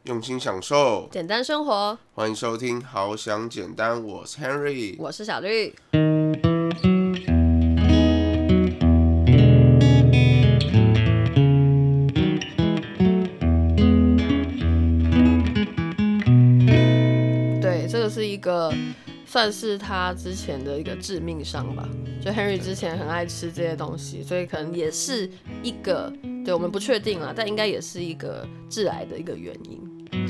用心享受简单生活。 欢迎收听好想简单，我是 Henry， 我是小绿。对，这个是一个算是他之前的一个致命伤吧。就 Henry 之前很爱吃这些东西，所以可能也是一个，对，我们不确定啦，但应该也是一个致癌的一个原因。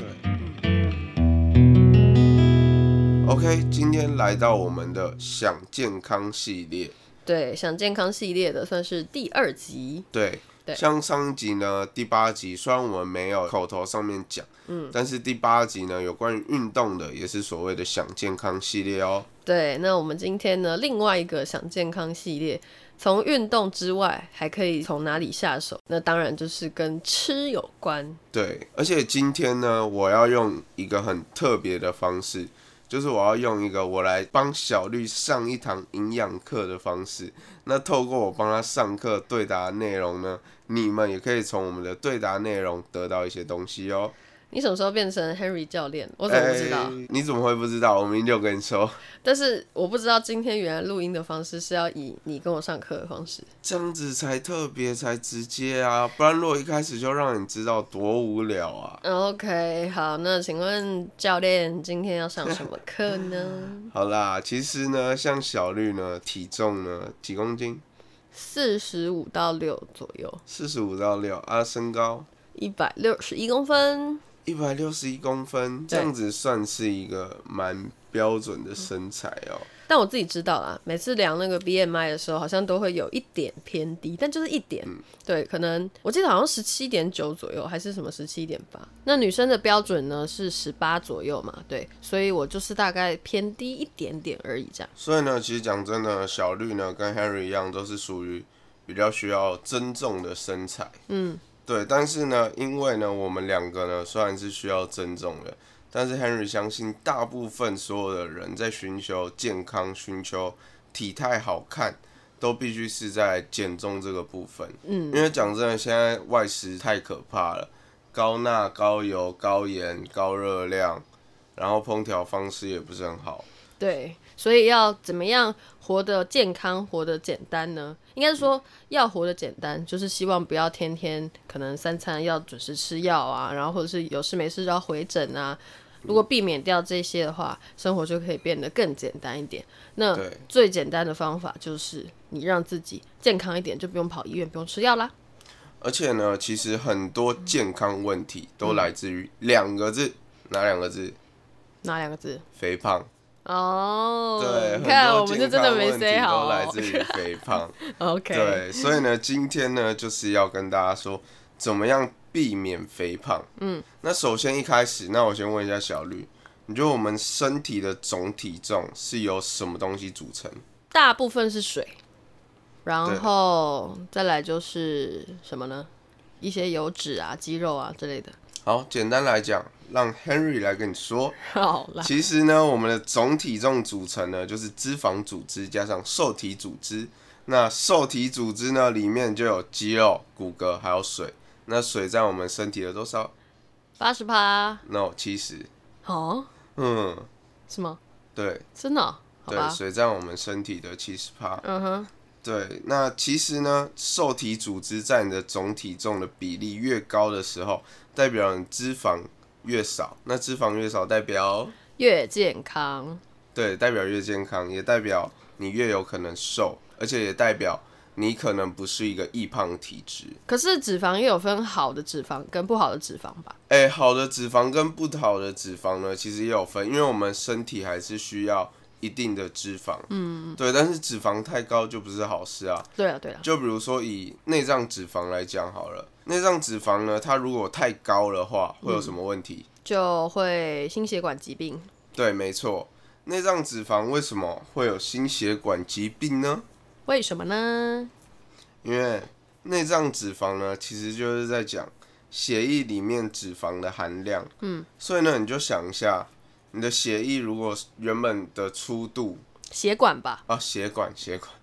OK， 今天来到我们的想健康系列。 对，想健康系列的算是第2集。 对，像上一集呢，第8集虽然我们没有口头上面讲，但是第8集呢，有关于运动的，也是所谓的想健康系列哦。 对，那我们今天呢，另外一个想健康系列，从运动之外，还可以从哪里下手？那当然就是跟吃有关。 对，而且今天呢，我要用一个很特别的方式。就是我要用一个我来帮小绿上一堂营养课的方式，那透过我帮他上课对答内容呢，你们也可以从我们的对答内容得到一些东西哦。 你什么时候变成 Henry 教练？我怎么不知道？ 你怎么会不知道？我明天就跟你说。 但是我不知道今天原来录音的方式是要以你跟我上课的方式， 这样子才特别才直接啊，不然如果一开始就让你知道多无聊啊。 OK， 好，那请问教练今天要上什么课呢？ 好啦，其实呢，像小绿呢，体重呢几公斤 ？45到6左右。 45到6啊，身高 161公分。 161公分，这样子算是一个蛮标准的身材哦。 但我自己知道啦，每次量那个 BMI 的时候，好像都会有一点偏低，但就是一点。对，可能我记得好像17.9左右，还是什么17.8。那女生的标准呢是18左右嘛，对，所以我就是大概偏低一点点而已这样。 所以呢，其实讲真的，小绿呢跟 Henry 一样，都是属于比较需要增重的身材。对，但是呢，因为呢，我们两个呢虽然是需要增重的，但是 Henry 相信大部分所有的人在寻求健康、寻求体态好看，都必须是在减重这个部分。因为讲真的，现在外食太可怕了，高钠、高油、高盐、高热量，然后烹调方式也不是很好。 对，所以要怎么样活得健康、活得简单呢？应该是说要活得简单，就是希望不要天天可能3餐要准时吃药啊，然后或者是有事没事就要回诊啊。如果避免掉这些的话，生活就可以变得更简单一点。那最简单的方法就是你让自己健康一点，就不用跑医院，不用吃药啦。 而且呢，其实很多健康问题都来自于2个字，哪2个字？ 哪2个字？ 肥胖。 哦， 对， 你看很多健康问题好都来自于肥胖。 OK， 对，所以呢，今天呢就是要跟大家说，怎么样避免肥胖。那首先一开始，那我先问一下小绿，你觉得我们身体的总体重是由什么东西组成？ 大部分是水，然后再来就是什么呢？一些油脂啊、肌肉啊之类的。 好，简单来讲，让 Henry 来跟你说。 好啦， 其实呢，我们的总体重组成呢，就是脂肪组织加上受体组织。那受体组织呢，里面就有肌肉、骨骼还有水。那水占我们身体的多少 ？80%。 No， 70%。 哦，是吗？ 对， 真的哦？好吧。 对，水占我们身体的70%。对，那其实呢，受体组织占你的总体重的比例越高的时候，代表你脂肪越少。那脂肪越少代表越健康。 对，代表越健康，也代表你越有可能瘦，而且也代表你可能不是一个易胖体质。 可是脂肪也有分好的脂肪跟不好的脂肪吧？ 好的脂肪跟不好的脂肪呢，其实也有分，因为我们身体还是需要一定的脂肪。对，但是脂肪太高就不是好事啊。 对啊。 就比如说以内脏脂肪来讲好了，内脏脂肪呢，它如果太高的话，会有什么问题？ 就会心血管疾病。 对，没错。内脏脂肪为什么会有心血管疾病呢？ 为什么呢？ 因为内脏脂肪呢，其实就是在讲血液里面脂肪的含量。所以呢，你就想一下，你的血液如果原本的粗度， 血管吧？ 血管，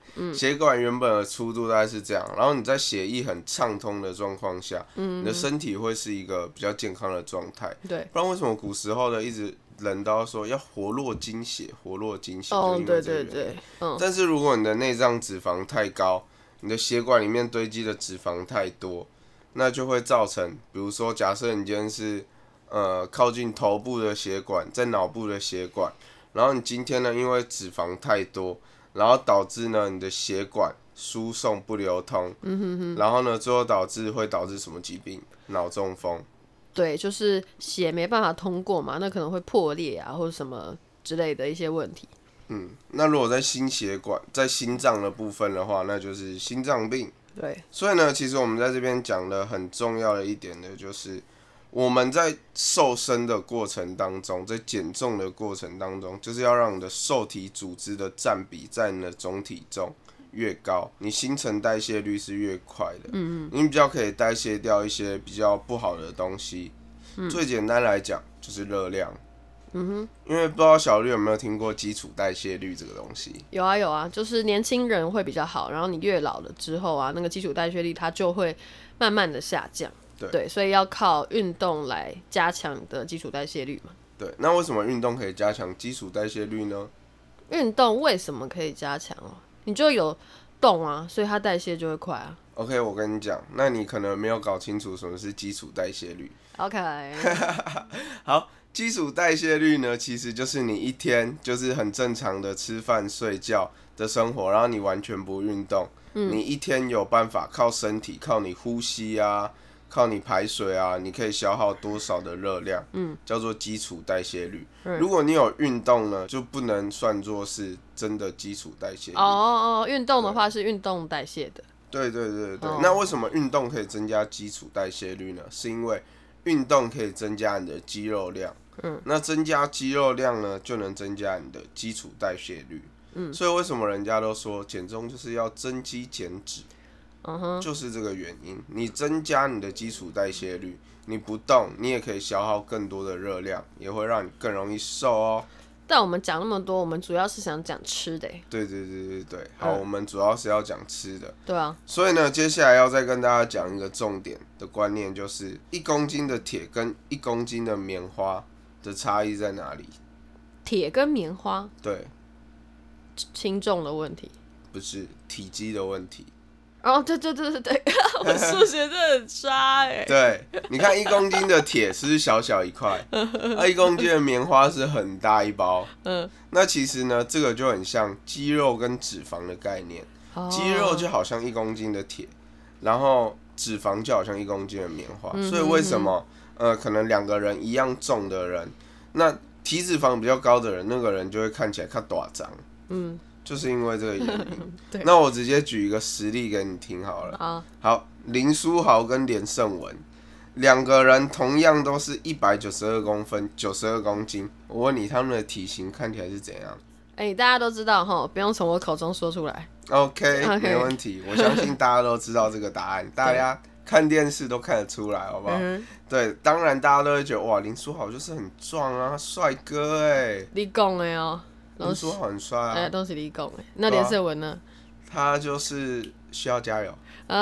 血管原本的粗度大概是这样，然后你在血液很畅通的状况下，你的身体会是一个比较健康的状态。 对， 不然为什么古时候的一直人都要说要活络精血，活络精血，就因为对这个原因。 对对， 但是如果你的内脏脂肪太高，你的血管里面堆积的脂肪太多，那就会造成，比如说假设你今天是靠近头部的血管，在脑部的血管，然后你今天呢因为脂肪太多，然后导致呢你的血管输送不流通，然后呢最后会导致什么疾病？脑中风。 对，就是血没办法通过嘛，那可能会破裂啊，或者什么之类的一些问题。 那如果在心血管、在心脏的部分的话，那就是心脏病。 对， 所以呢，其实我们在这边讲的很重要的一点呢，就是我们在瘦身的过程当中，在减重的过程当中，就是要让你的受体组织的占比在你的总体重越高，你新陈代谢率是越快的。你比较可以代谢掉一些比较不好的东西。最简单来讲就是热量。因为不知道小绿有没有听过基础代谢率这个东西？ 有啊有啊，就是年轻人会比较好，然后你越老了之后啊，那个基础代谢率它就会慢慢的下降。对，所以要靠运动来加强你的基础代谢率嘛。 对，那为什么运动可以加强基础代谢率呢？ 运动为什么可以加强哦？你就有动啊，所以它代谢就会快啊。 OK， 我跟你讲，那你可能没有搞清楚什么是基础代谢率。 OK， 好，基础代谢率呢，其实就是你一天就是很正常的吃饭、睡觉的生活，然后你完全不运动，你一天有办法靠身体、靠你呼吸啊、靠你排水啊，你可以消耗多少的热量，叫做基础代谢率。如果你有运动呢，就不能算作是真的基础代谢率。 运动的话是运动代谢的。 对，那为什么运动可以增加基础代谢率呢？是因为运动可以增加你的肌肉量，那增加肌肉量呢，就能增加你的基础代谢率。所以为什么人家都说减重就是要增肌减脂，就是这个原因。你增加你的基础代谢率，你不动，你也可以消耗更多的热量，也会让你更容易瘦哦。 但我们讲那么多，我们主要是想讲吃的。 对，好，我们主要是要讲吃的。 对啊。 所以呢，接下来要再跟大家讲一个重点的观念，就是1公斤的铁跟1公斤的棉花的差异在哪里？ 铁跟棉花？ 对。 轻重的问题？ 不是，体积的问题。 对，我数学真的很差哎。 对，你看1公斤的铁是不是小小一块，而1公斤的棉花是很大一包。那其实呢，这个就很像肌肉跟脂肪的概念。肌肉就好像1公斤的铁，然后脂肪就好像1公斤的棉花。所以为什么可能2个人一样重的人，那体脂肪比较高的人，那个人就会看起来较大张。就是因为这个原因。那我直接举一个实例给你听好了。好，林书豪跟连胜文2个人同样都是192公分、92公斤。我问你，他们的体型看起来是怎样？ 大家都知道齁，不用从我口中说出来。 OK， 没问题。我相信大家都知道这个答案，大家看电视都看得出来，好不好？对，当然大家都会觉得哇，林书豪就是很壮啊，帅哥哎。 你讲的哦。 林书豪很帅啊， 都是你讲的。那连胜文呢？ 他就是需要加油。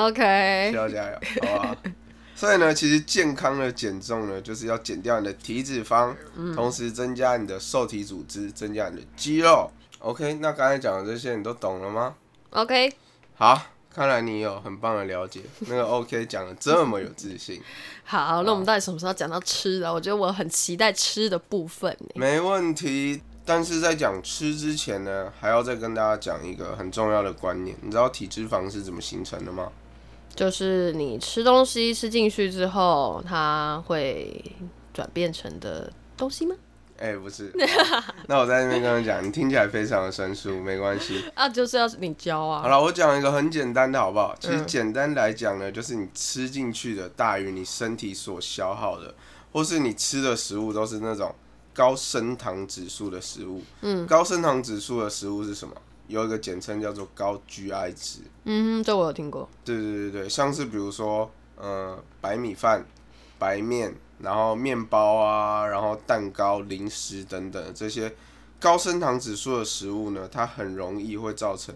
OK， 需要加油，好不好？所以呢，其实健康的减重呢，就是要减掉你的体脂肪，同时增加你的受体组织，增加你的肌肉。OK， 那刚才讲的这些你都懂了吗 ？OK， 好，看来你有很棒的了解。那个 OK 讲的这么有自信。 好，那我们到底什么时候讲到吃的？我觉得我很期待吃的部分。 没问题。但是在讲吃之前呢，还要再跟大家讲一个很重要的观念。你知道体脂肪是怎么形成的吗？ 就是你吃东西吃进去之后，它会转变成的东西吗？ 不是。那我在那边跟你讲，你听起来非常的生疏，没关系。 就是要你教啊。 好了，我讲一个很简单的好不好？其实简单来讲呢，就是你吃进去的大于你身体所消耗的，或是你吃的食物都是那种高升糖指数的食物。高升糖指数的食物是什么？有一个简称叫做高 GI 值。 这我有听过。 对，像是比如说白米饭、白面，然后面包啊，然后蛋糕、零食等等这些高升糖指数的食物呢，它很容易会造成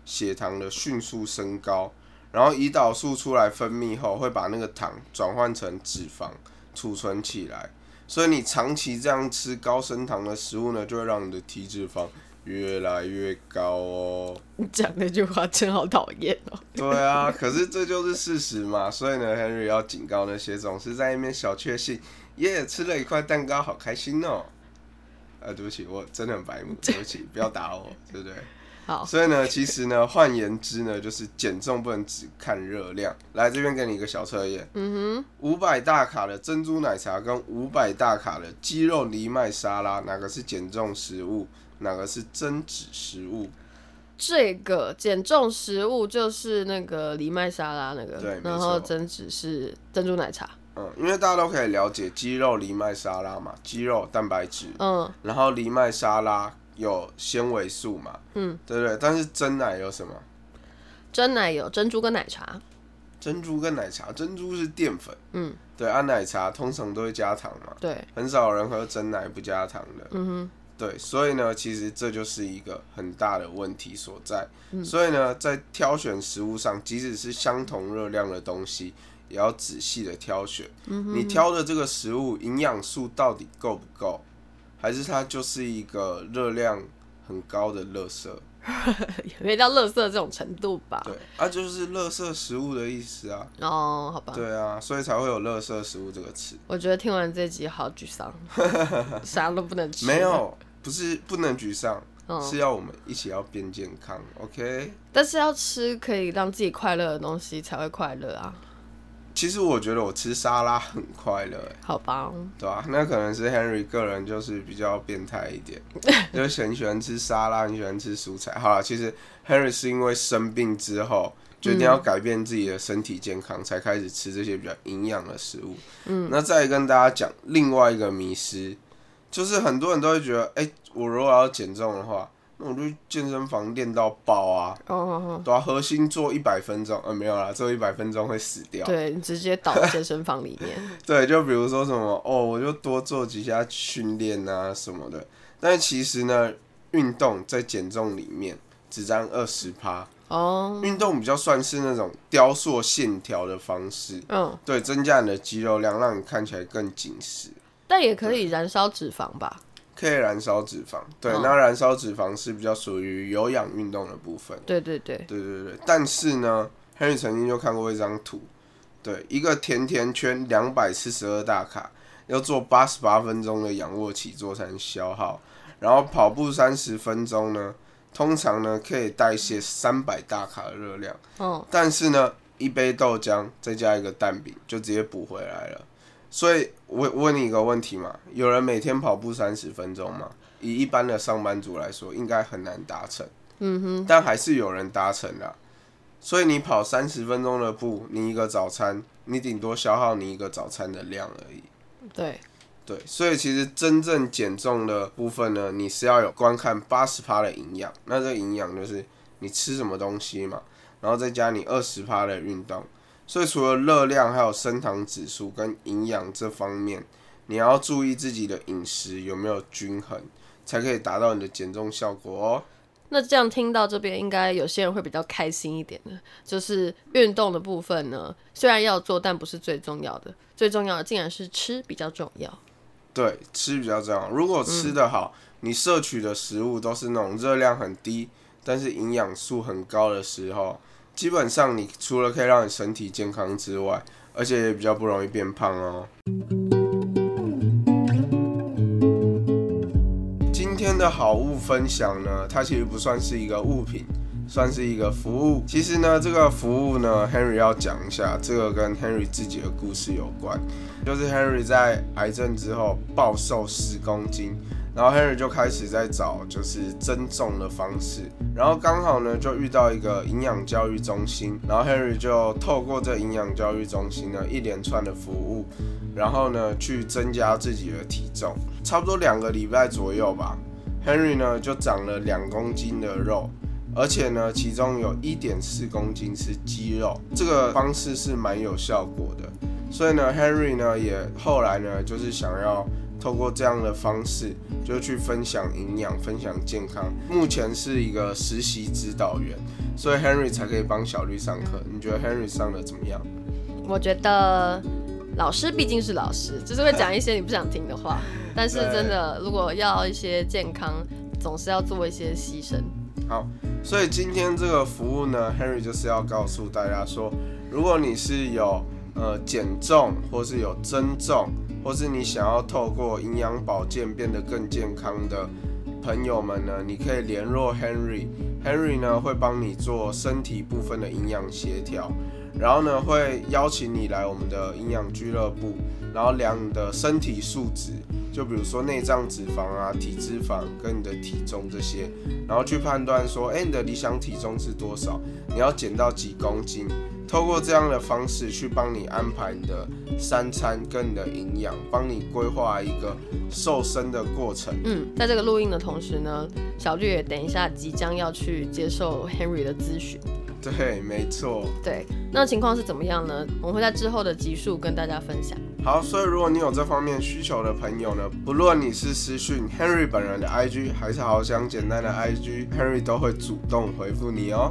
血糖的迅速升高，然后胰岛素出来分泌后，会把那个糖转换成脂肪储存起来。所以你长期这样吃高升糖的食物呢，就会让你的体脂肪越来越高哦。 你讲那句话真好讨厌哦。 对啊，可是这就是事实嘛。所以呢 ，Henry 要警告那些总是在那边小确幸，吃了一块蛋糕，好开心哦。对不起，我真的很白目，对不起，不要打我，对不对？ 好， 所以呢，其实呢，换言之呢，就是减重不能只看热量。来这边给你一个小测验，500大卡的珍珠奶茶跟500大卡的鸡肉藜麦沙拉，哪个是减重食物，哪个是增脂食物？ 这个减重食物就是那个藜麦沙拉那个， 对， 然后增脂是珍珠奶茶。 因为大家都可以了解鸡肉藜麦沙拉嘛，鸡肉蛋白质，然后藜麦沙拉有纤维素嘛，对不对？但是真奶有什么？ 真奶有珍珠跟奶茶。 珍珠跟奶茶，珍珠是淀粉，对，奶茶通常都会加糖嘛， 对， 很少人喝真奶不加糖的，对，所以呢，其实这就是一个很大的问题所在。所以呢，在挑选食物上，即使是相同热量的东西，也要仔细的挑选。你挑的这个食物营养素到底够不够，还是它就是一个热量很高的垃圾？ 也没到垃圾这种程度吧？ 对，就是垃圾食物的意思啊。 哦，好吧。 对啊，所以才会有垃圾食物这个词。 我觉得听完这集好沮丧，啥都不能吃。 没有，不是不能沮丧，是要我们一起要变健康 ，OK？ 但是要吃可以让自己快乐的东西才会快乐啊。 其实我觉得我吃沙拉很快乐， 好吧， 对吧？那可能是 Henry 个人就是比较变态一点，就是很喜欢吃沙拉，很喜欢吃蔬菜。好啦，其实 Henry 是因为生病之后决定要改变自己的身体健康，才开始吃这些比较营养的食物。那再跟大家讲另外一个迷思，就是很多人都会觉得，我如果要减重的话，那我就去健身房练到爆啊！对啊，核心做100分钟，没有啦，做100分钟会死掉。 对，你直接倒健身房里面。 对，就比如说什么我就多做几下训练啊什么的。但其实呢，运动在减重里面只占20%。运动比较算是那种雕塑线条的方式。对，增加你的肌肉量，让你看起来更紧实。 但也可以燃烧脂肪吧？ 可以燃烧脂肪，对，那燃烧脂肪是比较属于有氧运动的部分。 对。 但是呢 ，Henry 曾经就看过一张图，对，一个甜甜圈242大卡，要做88分钟的仰卧起坐才能消耗，然后跑步30分钟呢，通常呢可以代谢300大卡的热量。但是呢，一杯豆浆再加一个蛋饼，就直接补回来了。所以我问你一个问题嘛，有人每天跑步30分钟吗？以一般的上班族来说，应该很难达成。但还是有人达成啦。所以你跑30分钟的步，你一个早餐，你顶多消耗你一个早餐的量而已。对，所以其实真正减重的部分呢，你是要有观看80%的营养，那这个营养就是你吃什么东西嘛，然后再加你20%的运动。所以除了热量还有升糖指数跟营养这方面，你要注意自己的饮食有没有均衡，才可以达到你的减重效果哦。 那这样听到这边，应该有些人会比较开心一点的，就是运动的部分呢，虽然要做，但不是最重要的，最重要的竟然是吃比较重要。 对，吃比较重要。如果吃得好，你摄取的食物都是那种热量很低，但是营养素很高的时候，基本上你除了可以让你身体健康之外，而且也比较不容易变胖哦。今天的好物分享呢，它其实不算是一个物品，算是一个服务。其实呢，这个服务呢 ，Henry 要讲一下，这个跟 Henry 自己的故事有关。就是 Henry 在癌症之后暴瘦10公斤，然后 Henry 就开始在找就是增重的方式，然后刚好呢就遇到一个营养教育中心，然后 Henry 就透过这营养教育中心呢一连串的服务，然后呢去增加自己的体重，差不多2个礼拜左右吧 ，Henry 呢就长了2公斤的肉。而且呢，其中有1.4公斤是肌肉，这个方式是蛮有效果的。所以呢 ，Henry 呢也后来呢就是想要透过这样的方式就去分享营养、分享健康。目前是一个实习指导员，所以 Henry 才可以帮小绿上课。你觉得 Henry 上的怎么样？ 我觉得老师毕竟是老师，就是会讲一些你不想听的话，但是真的如果要一些健康，总是要做一些牺牲。 好，所以今天这个服务呢 ，Henry 就是要告诉大家说，如果你是有减重，或是有增重，或是你想要透过营养保健变得更健康的朋友们呢，你可以联络 Henry 呢会帮你做身体部分的营养协调，然后呢会邀请你来我们的营养俱乐部，然后量你的身体数值，就比如说内脏脂肪啊、体脂肪跟你的体重这些，然后去判断说，你的理想体重是多少，你要减到几公斤。透过这样的方式去帮你安排你的3餐跟你的营养，帮你规划一个瘦身的过程。 在这个录音的同时呢，小绿也等一下即将要去接受 Henry 的咨询。 对，没错。 对，那情况是怎么样呢？我们会在之后的集数跟大家分享。 好，所以如果你有这方面需求的朋友呢，不论你是私讯 Henry 本人的 IG， 还是好想简单的 IG， Henry 都会主动回复你哦。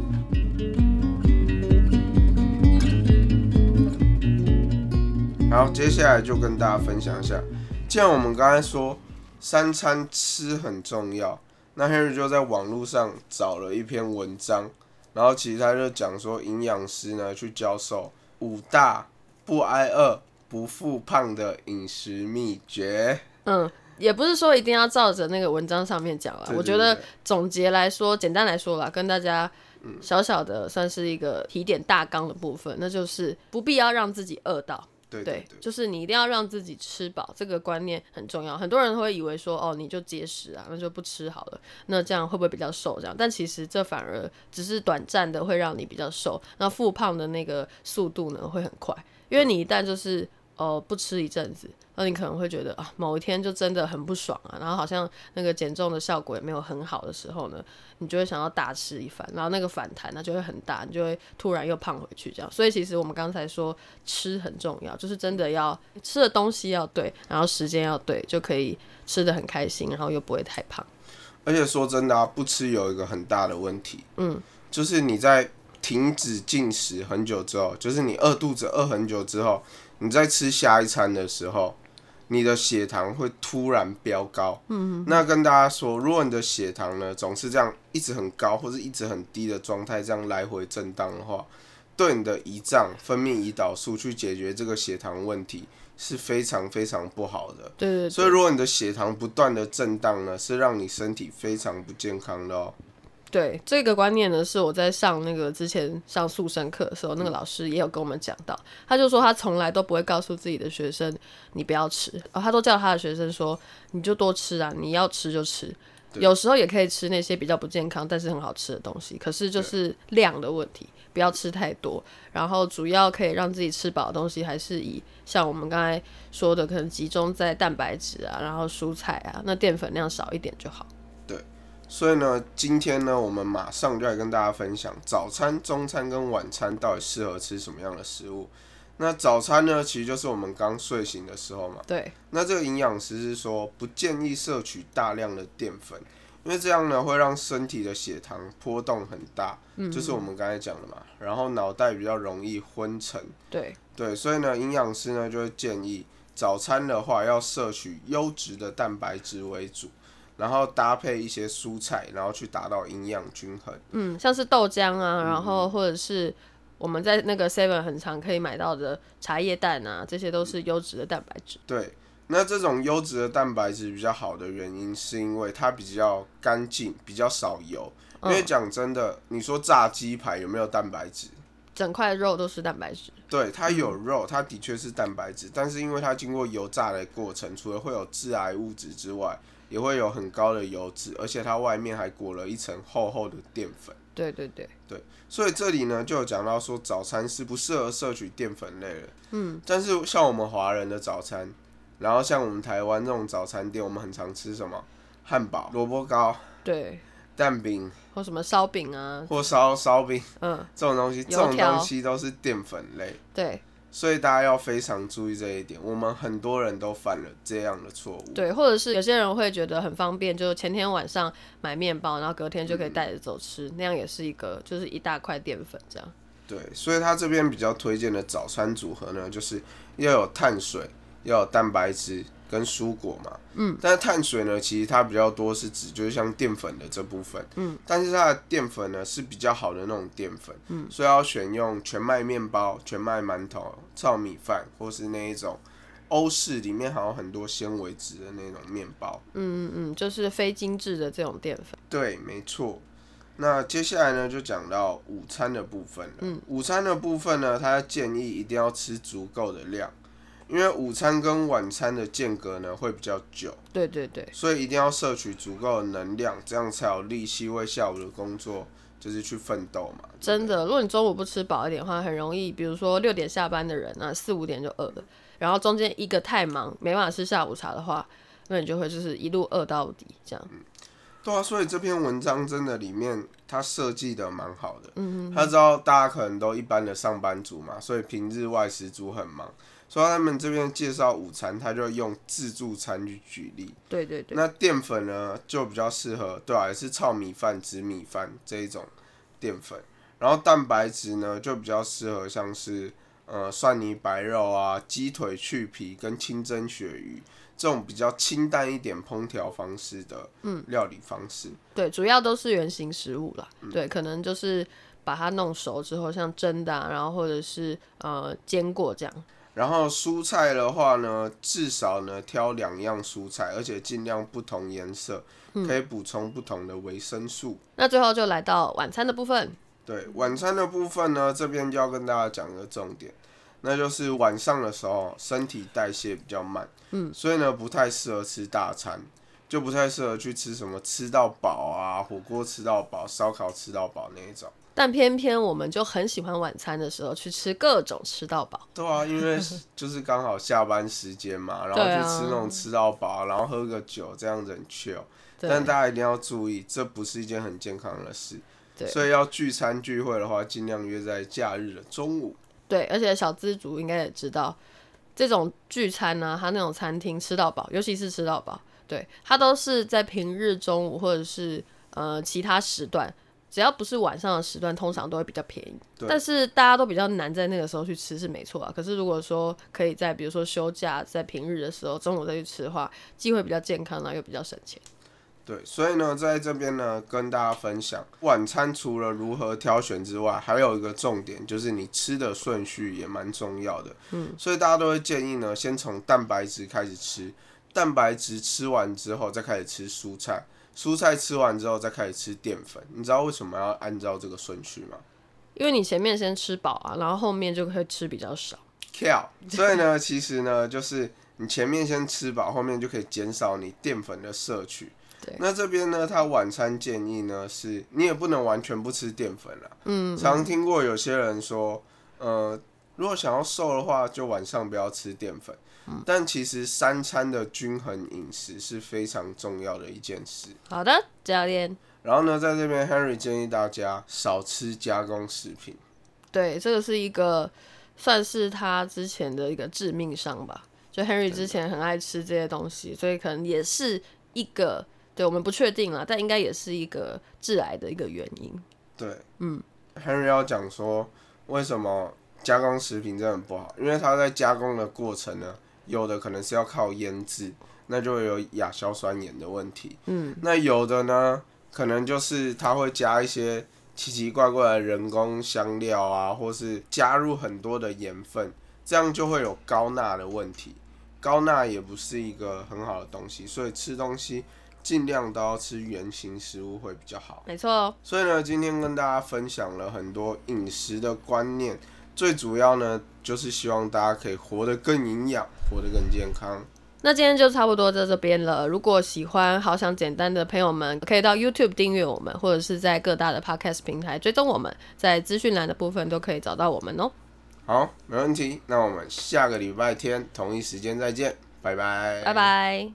好，接下来就跟大家分享一下，既然我们刚才说3餐吃很重要，那 Henry 就在网络上找了一篇文章，然后其实他就讲说营养师呢去教授5大不挨饿、不复胖的饮食秘诀。 也不是说一定要照着那个文章上面讲啦，我觉得总结来说，简单来说啦，跟大家小小的算是一个提点大纲的部分，那就是不必要让自己饿到。对，就是你一定要让自己吃饱，这个观念很重要。很多人会以为说，你就节食啊，那就不吃好了，那这样会不会比较瘦？这样，但其实这反而只是短暂的会让你比较瘦，那复胖的那个速度呢会很快，因为你一旦就是不吃一阵子，那你可能会觉得某一天就真的很不爽啊，然后好像那个减重的效果也没有很好的时候呢，你就会想要大吃一番，然后那个反弹呢就会很大，你就会突然又胖回去这样。所以其实我们刚才说吃很重要，就是真的要吃的东西要对，然后时间要对，就可以吃得很开心，然后又不会太胖。 而且说真的啊，不吃有一个很大的问题，就是你在停止进食很久之后，就是你肚子饿很久之后，你在吃下一餐的时候，你的血糖会突然飙高。那跟大家说，如果你的血糖呢总是这样一直很高或是一直很低的状态，这样来回震荡的话，对你的胰脏分泌胰岛素去解决这个血糖问题是非常非常不好的。 对， 所以如果你的血糖不断的震荡呢，是让你身体非常不健康的哦。 对，这个观念呢，是我在上那个之前上塑身课的时候，那个老师也有跟我们讲到，他就说他从来都不会告诉自己的学生你不要吃，他都叫他的学生说你就多吃啊，你要吃就吃，有时候也可以吃那些比较不健康但是很好吃的东西，可是就是量的问题，不要吃太多，然后主要可以让自己吃饱的东西还是以像我们刚才说的可能集中在蛋白质啊，然后蔬菜啊，那淀粉量少一点就好。 所以呢，今天呢，我们马上就来跟大家分享早餐、中餐跟晚餐到底适合吃什么样的食物。那早餐呢，其实就是我们刚睡醒的时候嘛。 对。 那这个营养师是说，不建议摄取大量的淀粉，因为这样呢会让身体的血糖波动很大，就是我们刚才讲的嘛。然后脑袋比较容易昏沉。对，所以呢，营养师呢就会建议早餐的话要摄取优质的蛋白质为主。然后搭配一些蔬菜，然后去达到营养均衡。 像是豆浆啊，然后或者是我们在那个 Seven 很常可以买到的茶叶蛋啊，这些都是优质的蛋白质。 对，那这种优质的蛋白质比较好的原因，是因为它比较干净，比较少油。因为讲真的，你说炸鸡排有没有蛋白质？ 整块肉都是蛋白质。 对，它有肉，它的确是蛋白质，但是因为它经过油炸的过程，除了会有致癌物质之外，也会有很高的油脂，而且它外面还裹了一层厚厚的淀粉。 对， 所以这里呢就有讲到说，早餐是不适合摄取淀粉类的。但是像我们华人的早餐，然后像我们台湾这种早餐店，我们很常吃什么？汉堡、萝卜糕、 对， 蛋饼， 或什么烧饼啊， 或烧饼，这种东西都是淀粉类。 对。 所以大家要非常注意这一点，我们很多人都犯了这样的错误。 对，或者是有些人会觉得很方便，就前天晚上买面包，然后隔天就可以带着走吃，那样也是一个就是一大块淀粉这样。 对，所以他这边比较推荐的早餐组合呢，就是要有碳水，要有蛋白质跟蔬果嘛。但是碳水呢，其实它比较多是指就是像淀粉的这部分。但是它的淀粉呢是比较好的那种淀粉。所以要选用全麦面包、全麦馒头、糙米饭，或是那一种欧式里面还有很多纤维质的那种面包。 就是非精致的这种淀粉。 对，没错。那接下来呢，就讲到午餐的部分了。午餐的部分呢，他建议一定要吃足够的量。因为午餐跟晚餐的间隔呢会比较久， 对对对， 所以一定要摄取足够的能量，这样才有力气为下午的工作就是去奋斗嘛。 真的，如果你中午不吃饱一点的话，很容易，比如说6点下班的人啊，4、5点就饿了，然后中间一个太忙没办法吃下午茶的话，那你就会就是一路饿到底这样。 对啊，所以这篇文章真的里面它设计的蛮好的。他知道大家可能都一般的上班族嘛，所以平日外食族很忙。所以他们这边介绍午餐，他就用自助餐去举例。 对对对。 那淀粉呢，就比较适合，对啊，也是糙米饭、紫米饭这一种淀粉。然后蛋白质呢，就比较适合像是蒜泥白肉啊、鸡腿去皮跟清蒸鳕鱼这种比较清淡一点烹调方式的料理方式。 对，主要都是原型食物啦。对，可能就是把它弄熟之后，像蒸的然后或者是煎过这样。 然后蔬菜的话呢，至少呢挑2样蔬菜，而且尽量不同颜色，可以补充不同的维生素。 那最后就来到晚餐的部分。 对，晚餐的部分呢，这边就要跟大家讲一个重点，那就是晚上的时候身体代谢比较慢，所以呢不太适合吃大餐，就不太适合去吃什么吃到饱啊、火锅吃到饱、烧烤吃到饱那一种。 但偏偏我们就很喜欢晚餐的时候去吃各种吃到饱。 对啊，因为就是刚好下班时间嘛，然后去吃那种吃到饱，然后喝个酒，这样子很 chill。但大家一定要注意，这不是一件很健康的事。所以要聚餐聚会的话，尽量约在假日的中午。 对，而且小资族应该也知道，这种聚餐啊，他那种餐厅吃到饱，尤其是吃到饱，对，他都是在平日中午或者是其他时段。只要不是晚上的时段，通常都会比较便宜。但是大家都比较难在那个时候去吃是没错啊。可是如果说可以在比如说休假，在平日的时候中午再去吃的话，既会比较健康，然后又比较省钱。 对，所以呢，在这边呢，跟大家分享晚餐除了如何挑选之外，还有一个重点就是你吃的顺序也蛮重要的。所以大家都会建议呢，先从蛋白质开始吃，蛋白质吃完之后再开始吃蔬菜。蔬菜吃完之后再开始吃淀粉，你知道为什么要按照这个顺序吗？ 因为你前面先吃饱啊，然后后面就会吃比较少。 所以呢，其实呢，就是你前面先吃饱，后面就可以减少你淀粉的摄取。那这边呢，他晚餐建议呢是，你也不能完全不吃淀粉啦。常听过有些人说，如果想要瘦的话，就晚上不要吃淀粉。但其实3餐的均衡饮食是非常重要的一件事。 好的，教练。 然后呢，在这边 Henry 建议大家少吃加工食品。 对，这个是一个算是他之前的一个致命伤吧。就 Henry 之前很爱吃这些东西，所以可能也是一个，对，我们不确定啦，但应该也是一个致癌的一个原因。 对，Henry 要讲说为什么加工食品真的很不好，因为它在加工的过程呢，有的可能是要靠腌制，那就会有亚硝酸盐的问题。那有的呢，可能就是它会加一些奇奇怪怪的人工香料啊，或是加入很多的盐分，这样就会有高钠的问题。高钠也不是一个很好的东西，所以吃东西尽量都要吃原型食物会比较好。 没错。 所以呢，今天跟大家分享了很多饮食的观念，最主要呢，就是希望大家可以活得更营养，活得更健康。 那今天就差不多在这边了。如果喜欢好想简单的朋友们，可以到 YouTube 订阅我们，或者是在各大的 Podcast 平台追踪我们，在资讯栏的部分都可以找到我们哦。 好，没问题。那我们下个礼拜天同一时间再见，拜拜。 拜拜。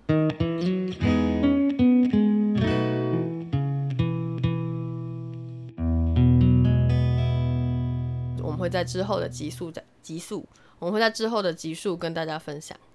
会在之后的集数，我们会在之后的集数跟大家分享。